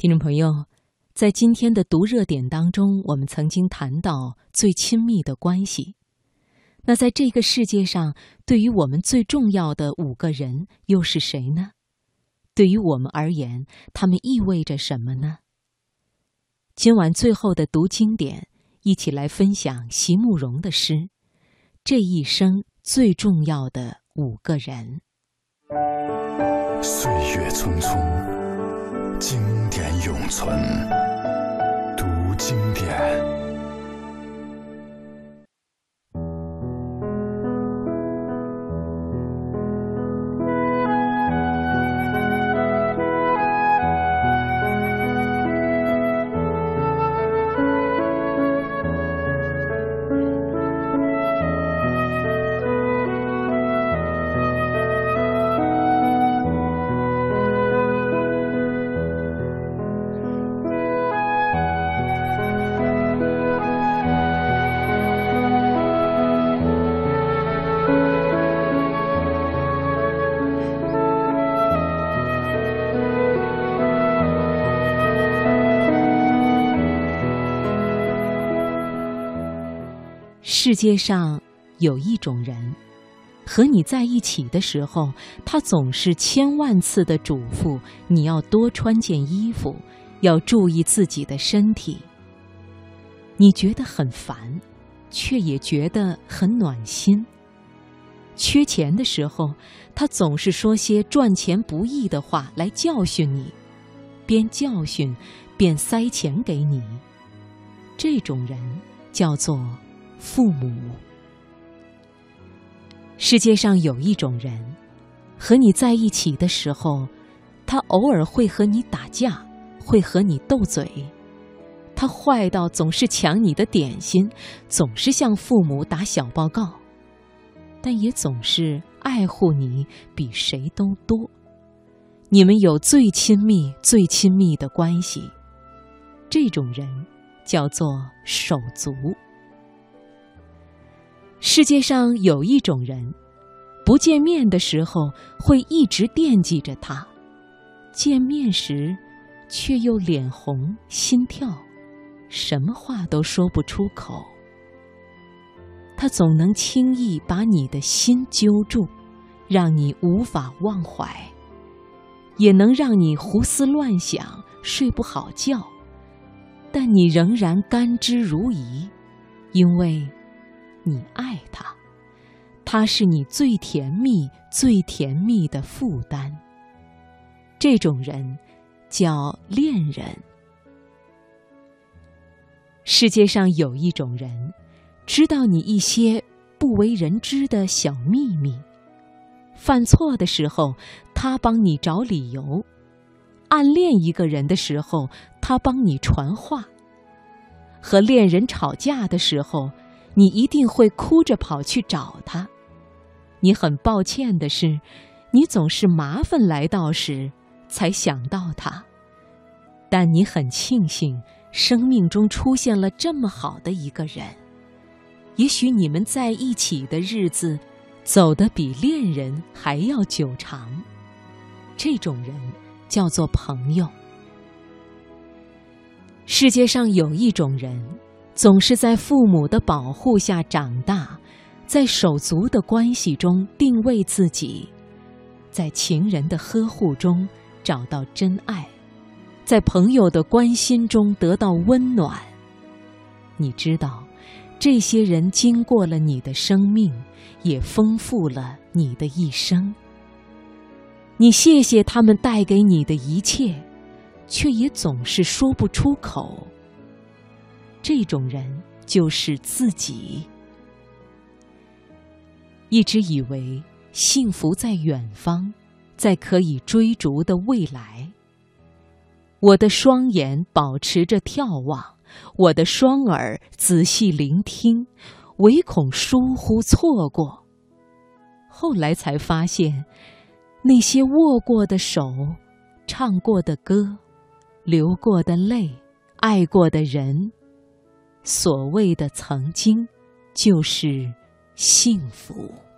听众朋友，在今天的读热点当中，我们曾经谈到最亲密的关系。那在这个世界上，对于我们最重要的5个人又是谁呢？对于我们而言，他们意味着什么呢？今晚最后的读经典，一起来分享席慕容的诗《这一生最重要的5个人》。 岁月匆匆，经典永存。读经典。 世界上有一种人，和你在一起的时候，他总是千万次的嘱咐你要多穿件衣服，要注意自己的身体。你觉得很烦，却也觉得很暖心。缺钱的时候，他总是说些赚钱不易的话来教训你，边教训边塞钱给你。这种人叫做父母。世界上有一种人，和你在一起的时候，他偶尔会和你打架，会和你斗嘴。他坏到总是抢你的点心，总是向父母打小报告，但也总是爱护你比谁都多。你们有最亲密、最亲密的关系。这种人叫做手足。世界上有一种人，不见面的时候会一直惦记着他，见面时却又脸红心跳，什么话都说不出口。他总能轻易把你的心揪住，让你无法忘怀，也能让你胡思乱想，睡不好觉，但你仍然甘之如饴，因为你爱他，他是你最甜蜜、最甜蜜的负担。这种人叫恋人。世界上有一种人，知道你一些不为人知的小秘密。犯错的时候，他帮你找理由；暗恋一个人的时候，他帮你传话；和恋人吵架的时候，你一定会哭着跑去找他。你很抱歉的是，你总是麻烦来到时才想到他，但你很庆幸生命中出现了这么好的一个人。也许你们在一起的日子走得比恋人还要久长。这种人叫做朋友。世界上有一种人，总是在父母的保护下长大，在手足的关系中定位自己，在情人的呵护中找到真爱，在朋友的关心中得到温暖。你知道，这些人经过了你的生命，也丰富了你的一生。你谢谢他们带给你的一切，却也总是说不出口。这种人就是自己。一直以为幸福在远方，在可以追逐的未来。我的双眼保持着眺望，我的双耳仔细聆听，唯恐疏忽错过。后来才发现，那些握过的手，唱过的歌，流过的泪，爱过的人，所谓的曾经，就是幸福。